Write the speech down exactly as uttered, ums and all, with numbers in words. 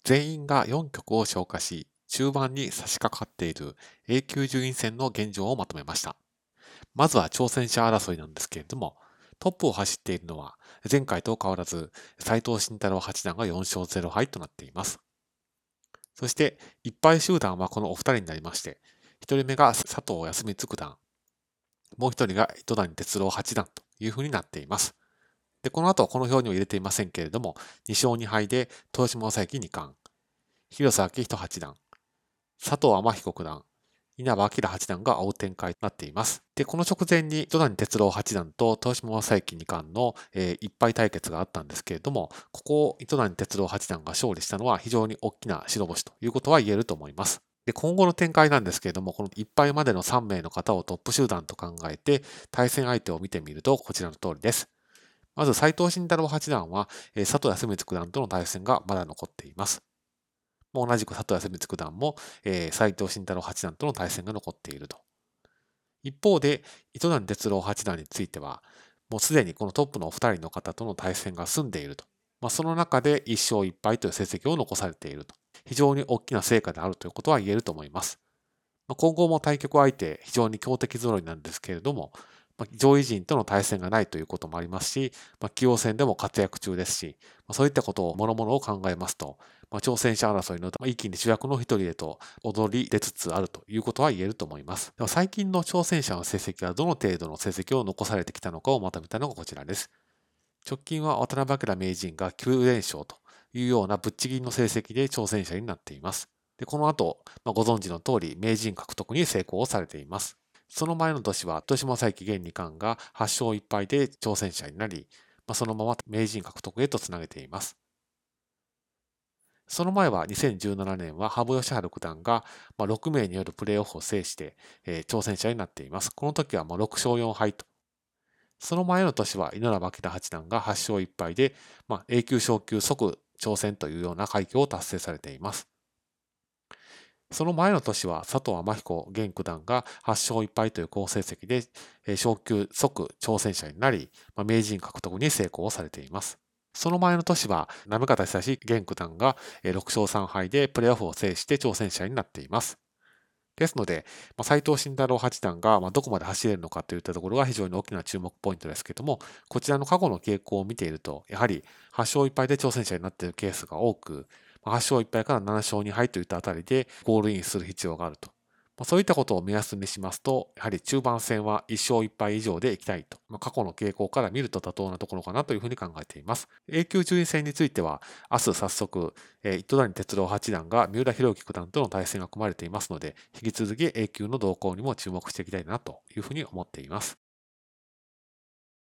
全員がよん局を消化し、中盤に差し掛かっている A 級順位戦の現状をまとめました。まずは挑戦者争いなんですけれども、トップを走っているのは前回と変わらず斉藤慎太郎八段がよん勝ゼロ敗となっています。そしていっ敗集団はこのお二人になりまして、ひとりめが佐藤康光九段、もう一人が糸谷哲郎八段というふうになっています。で、この後この表には入れていませんけれども、に勝に敗で豊島将之二冠、広瀬章人八段、佐藤天彦九段、稲葉明八段が追う展開となっています。で、この直前に糸谷哲郎八段と豊島将之二冠の、えー、いっ敗対決があったんですけれども、ここを糸谷哲郎八段が勝利したのは非常に大きな白星ということは言えると思います。で、今後の展開なんですけれども、このいっ敗までのさん名の方をトップ集団と考えて、対戦相手を見てみるとこちらの通りです。まず斉藤慎太郎八段は、えー、佐藤康光九段との対戦がまだ残っています。同じく佐藤康光九段も、えー、斉藤慎太郎八段との対戦が残っていると。一方で、糸谷哲郎八段については、もうすでにこのトップのお二人の方との対戦が済んでいると。まあ、その中でいち勝いち敗という成績を残されていると。非常に大きな成果であるということは言えると思います。まあ、今後も対局相手、非常に強敵揃いなんですけれども、まあ、上位陣との対戦がないということもありますし、まあ、棋王戦でも活躍中ですし、まあ、そういったことを諸々を考えますと、まあ、挑戦者争いの一気に主役の一人へと踊り出つつあるということは言えると思います。では最近の挑戦者の成績はどの程度の成績を残されてきたのかをまとめたのがこちらです。直近は渡辺明名人がきゅう連勝というようなぶっちぎりの成績で挑戦者になっています。で、この後、まあ、ご存知の通り名人獲得に成功をされています。その前の年は豊島将之現二冠がはち勝いち敗で挑戦者になり、まあ、そのまま名人獲得へとつなげています。その前はにせんじゅうななねんは羽生善治九段がろく名によるプレーオフを制して、えー、挑戦者になっています。この時はろく勝よん敗と。その前の年は稲葉明八段がはち勝いち敗で、まあ、A 級昇級即挑戦というような快挙を達成されています。その前の年は佐藤天彦現九段がはち勝いち敗という好成績で昇級即挑戦者になり、まあ、名人獲得に成功されています。その前の年は行方久志現九段がろく勝さん敗でプレーオフを制して挑戦者になっています。ですので、まあ、斉藤慎太郎八段がどこまで走れるのかといったところが非常に大きな注目ポイントですけれども、こちらの過去の傾向を見ていると、やはりはち勝いち敗で挑戦者になっているケースが多く、はち勝いち敗からなな勝に敗といったあたりでゴールインする必要があると。そういったことを目安にしますと、やはり中盤戦はいち勝いち敗以上でいきたいと、まあ、過去の傾向から見ると妥当なところかなというふうに考えています。A 級順位戦については、明日早速、えー、糸谷哲郎八段が三浦弘之九段との対戦が組まれていますので、引き続き A 級の動向にも注目していきたいなというふうに思っています。